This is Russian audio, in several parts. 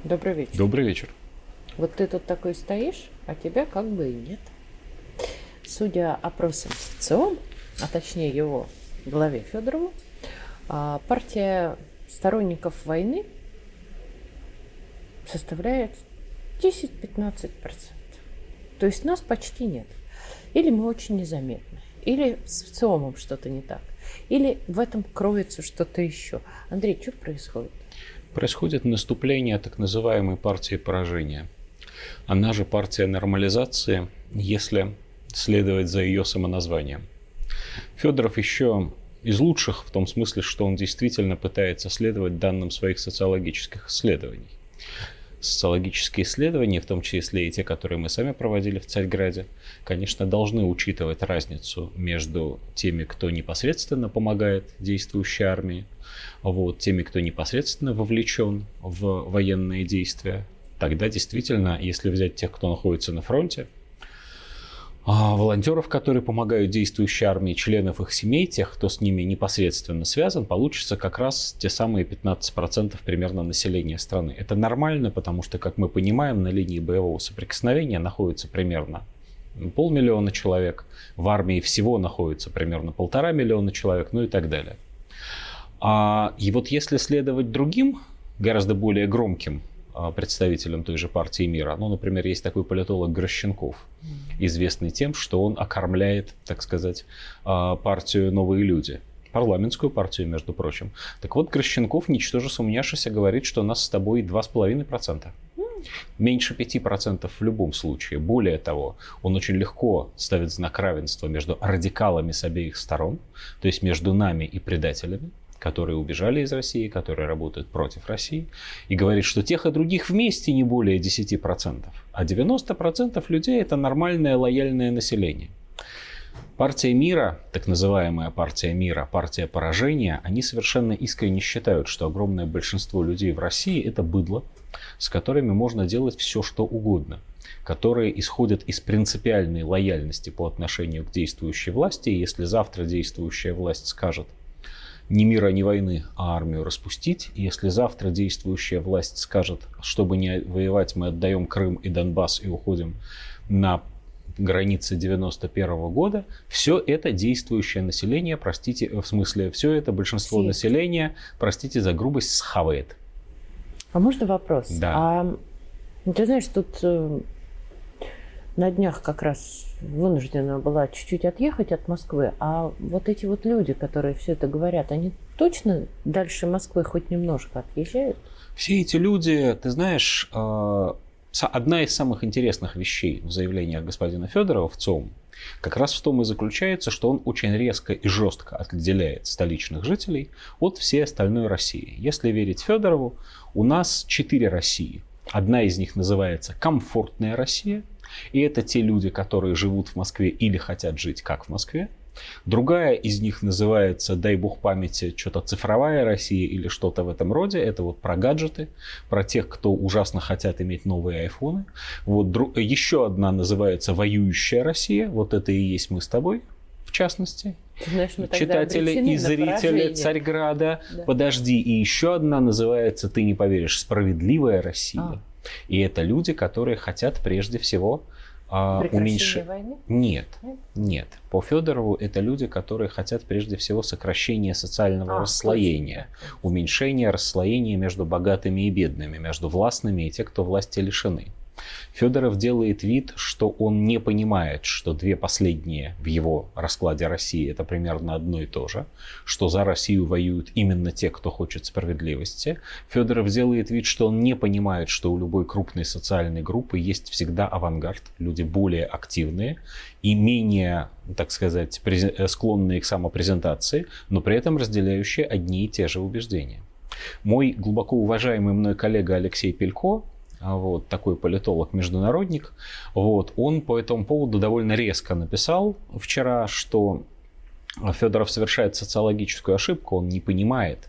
Добрый вечер. Добрый вечер. Вот ты тут такой стоишь, а тебя как бы и нет. Судя опросам в ЦИОМ, а точнее его главе Федорову, партия сторонников войны составляет 10-15%. То есть нас почти нет. Или мы очень незаметны, или с ЦИОМом что-то не так, или в этом кроется что-то еще. Андрей, что происходит? Происходит наступление так называемой партии поражения. Она же партия нормализации, если следовать за ее самоназванием. Федоров еще из лучших в том смысле, что он действительно пытается следовать данным своих социологических исследований. Социологические исследования, в том числе и те, которые мы сами проводили в Царьграде, конечно, должны учитывать разницу между теми, кто непосредственно помогает действующей армии, теми, кто непосредственно вовлечен в военные действия. Тогда действительно, если взять тех, кто находится на фронте, волонтеров, которые помогают действующей армии, членов их семей, тех, кто с ними непосредственно связан, получится как раз те самые 15% примерно населения страны. Это нормально, потому что, как мы понимаем, на линии боевого соприкосновения находится примерно 500 000 человек, в армии всего находится примерно 1,5 миллиона человек, ну и так далее. И вот если следовать другим, гораздо более громким представителем той же партии мира. Например, есть такой политолог Грощенков, известный тем, что он окормляет, так сказать, партию «Новые люди». Парламентскую партию, между прочим. Так вот, Грощенков, ничтоже сумняшися, говорит, что у нас с тобой 2,5%. Меньше 5% в любом случае. Более того, он очень легко ставит знак равенства между радикалами с обеих сторон, то есть между нами и предателями, которые убежали из России, которые работают против России, и говорит, что тех и других вместе не более 10%, а 90% людей – это нормальное лояльное население. Партия мира, так называемая партия мира, партия поражения, они совершенно искренне считают, что огромное большинство людей в России – это быдло, с которыми можно делать все, что угодно, которые исходят из принципиальной лояльности по отношению к действующей власти. И если завтра действующая власть скажет: ни мира, ни войны, а армию распустить. И если завтра действующая власть скажет: чтобы не воевать, мы отдаем Крым и Донбасс и уходим на границы 91 года, все это действующее население, простите, в смысле, все это большинство населения, простите за грубость, схавает. А можно вопрос? Да. Ты знаешь, тут на днях как раз вынуждена была чуть-чуть отъехать от Москвы, а вот эти вот люди, которые все это говорят, они точно дальше Москвы хоть немножко отъезжают? Все эти люди, ты знаешь, одна из самых интересных вещей в заявлениях господина Федорова в ЦИОМ как раз в том и заключается, что он очень резко и жестко отделяет столичных жителей от всей остальной России. Если верить Федорову, у нас 4 России. Одна из них называется «комфортная Россия», и это те люди, которые живут в Москве или хотят жить как в Москве. Другая из них называется, дай бог памяти, что-то «цифровая Россия» или что-то в этом роде. Это вот про гаджеты, про тех, кто ужасно хотят иметь новые айфоны. Еще одна называется «воюющая Россия». Вот это и есть мы с тобой, в частности. Знаешь, мы читатели и зрители Царьграда. Да. Подожди, и еще одна называется, ты не поверишь, «справедливая Россия». И это люди, которые хотят прежде всего уменьшить войны? Нет. По Федорову это люди, которые хотят прежде всего сокращения социального расслоения, уменьшения расслоения между богатыми и бедными, между властными и те, кто власти лишены. Федоров делает вид, что он не понимает, что две последние в его раскладе России это примерно одно и то же, что за Россию воюют именно те, кто хочет справедливости. Федоров делает вид, что он не понимает, что у любой крупной социальной группы есть всегда авангард, люди более активные и менее, так сказать, склонные к самопрезентации, но при этом разделяющие одни и те же убеждения. Мой глубоко уважаемый мной коллега Алексей Пелько, такой политолог-международник, он по этому поводу довольно резко написал вчера, что Федоров совершает социологическую ошибку, он не понимает,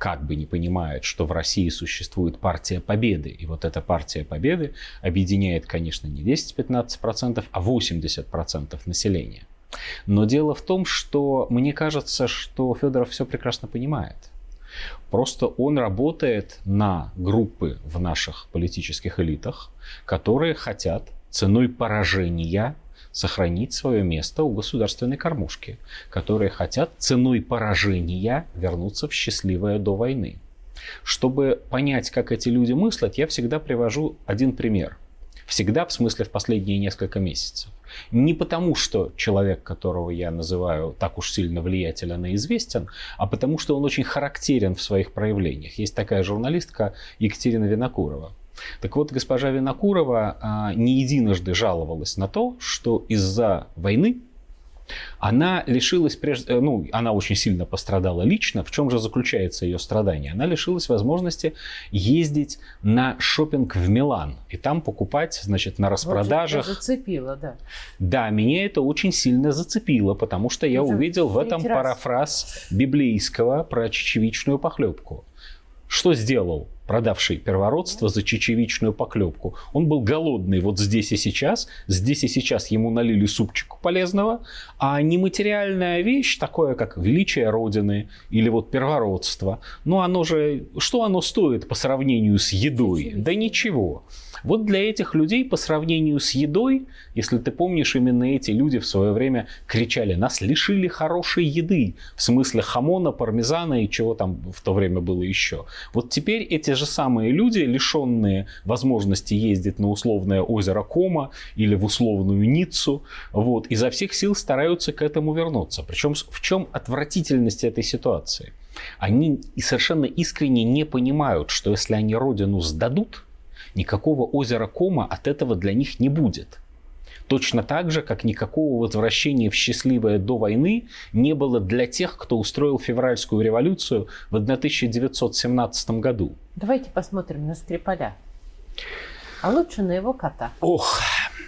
что в России существует партия Победы. И вот эта партия Победы объединяет, конечно, не 10-15%, а 80% населения. Но дело в том, что мне кажется, что Федоров все прекрасно понимает. Просто он работает на группы в наших политических элитах, которые хотят ценой поражения сохранить свое место у государственной кормушки, которые хотят ценой поражения вернуться в счастливое до войны. Чтобы понять, как эти люди мыслят, я всегда привожу один пример. Всегда, в смысле, в последние несколько месяцев. Не потому, что человек, которого я называю так уж сильно влиятелен и известен, а потому, что он очень характерен в своих проявлениях. Есть такая журналистка Екатерина Винокурова. Так вот, госпожа Винокурова не единожды жаловалась на то, что из-за войны она лишилась, она очень сильно пострадала лично. В чем же заключается ее страдание? Она лишилась возможности ездить на шопинг в Милан и там покупать, значит, на распродажах. Вот зацепило, да. Да, меня это очень сильно зацепило, потому что я увидел в этом парафраз библейского про чечевичную похлебку. Что сделал продавший первородство за чечевичную похлебку? Он был голодный вот здесь и сейчас. Здесь и сейчас ему налили супчику полезного. А нематериальная вещь, такое как величие Родины или вот первородство, ну оно же, что оно стоит по сравнению с едой? Да ничего. Вот для этих людей по сравнению с едой, если ты помнишь, именно эти люди в свое время кричали: нас лишили хорошей еды, в смысле хамона, пармезана и чего там в то время было еще. Вот теперь эти же самые люди, лишенные возможности ездить на условное озеро Кома или в условную Ниццу, вот, изо всех сил стараются к этому вернуться. Причем в чем отвратительность этой ситуации? Они совершенно искренне не понимают, что если они родину сдадут, никакого озера Кома от этого для них не будет. Точно так же, как никакого возвращения в счастливое до войны не было для тех, кто устроил февральскую революцию в 1917 году. Давайте посмотрим на Скрипаля. А лучше на его кота. Ох,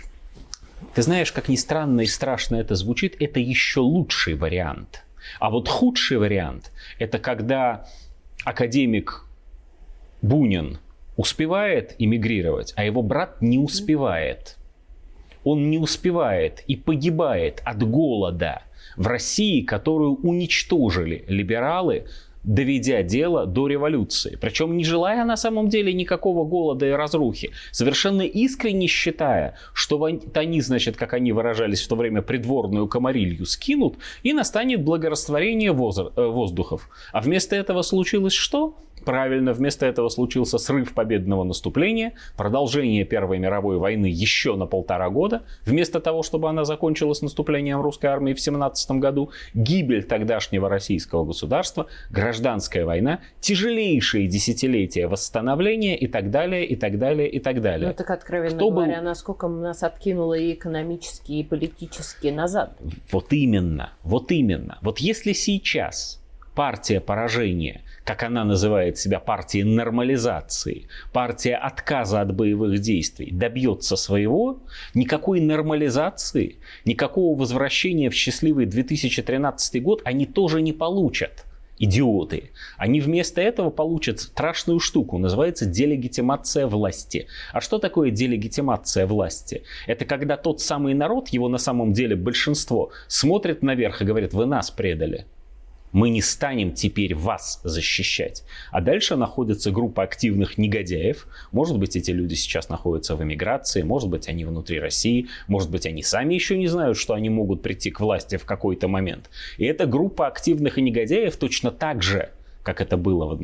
ты знаешь, как ни странно и страшно это звучит, это еще лучший вариант. А вот худший вариант – это когда академик Бунин успевает эмигрировать, а его брат не успевает. Он не успевает и погибает от голода в России, которую уничтожили либералы, доведя дело до революции. Причем не желая на самом деле никакого голода и разрухи. Совершенно искренне считая, что они, значит, как они выражались в то время, придворную комарилью скинут, и настанет благорастворение воздухов. А вместо этого случилось что? Правильно, вместо этого случился срыв победного наступления, продолжение Первой мировой войны еще на 1,5 года. Вместо того, чтобы она закончилась наступлением русской армии в 1917 году, гибель тогдашнего российского государства, гражданская война, тяжелейшие десятилетия восстановления и так далее, и так далее, и так далее. Ну так, откровенно говоря, насколько нас откинуло и экономически, и политически назад. Вот именно, вот именно. Вот если сейчас партия поражения, как она называет себя, партия нормализации, партия отказа от боевых действий, добьется своего, никакой нормализации, никакого возвращения в счастливый 2013 год они тоже не получат. Идиоты. Они вместо этого получат страшную штуку, называется делегитимация власти. А что такое делегитимация власти? Это когда тот самый народ, его на самом деле большинство, смотрит наверх и говорит: вы нас предали. Мы не станем теперь вас защищать. А дальше находится группа активных негодяев. Может быть, эти люди сейчас находятся в эмиграции, может быть, они внутри России, может быть, они сами еще не знают, что они могут прийти к власти в какой-то момент. И эта группа активных негодяев точно так же, как это было в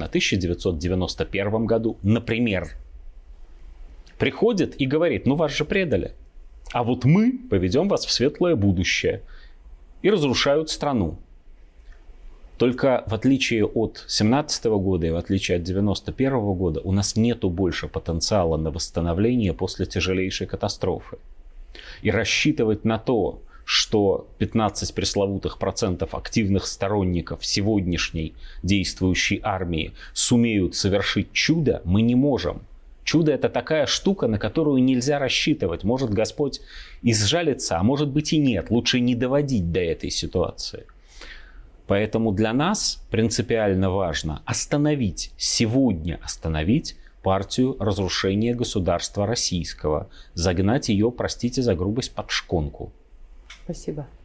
1991 году, например, приходит и говорит: ну вас же предали, а вот мы поведем вас в светлое будущее. И разрушают страну. Только в отличие от 2017 года и в отличие от 1991 года у нас нету больше потенциала на восстановление после тяжелейшей катастрофы. И рассчитывать на то, что 15 пресловутых процентов активных сторонников сегодняшней действующей армии сумеют совершить чудо, мы не можем. Чудо — это такая штука, на которую нельзя рассчитывать. Может Господь изжалится, а может быть и нет. Лучше не доводить до этой ситуации. Поэтому для нас принципиально важно сегодня остановить партию разрушения государства российского, загнать ее, простите за грубость, под шконку. Спасибо.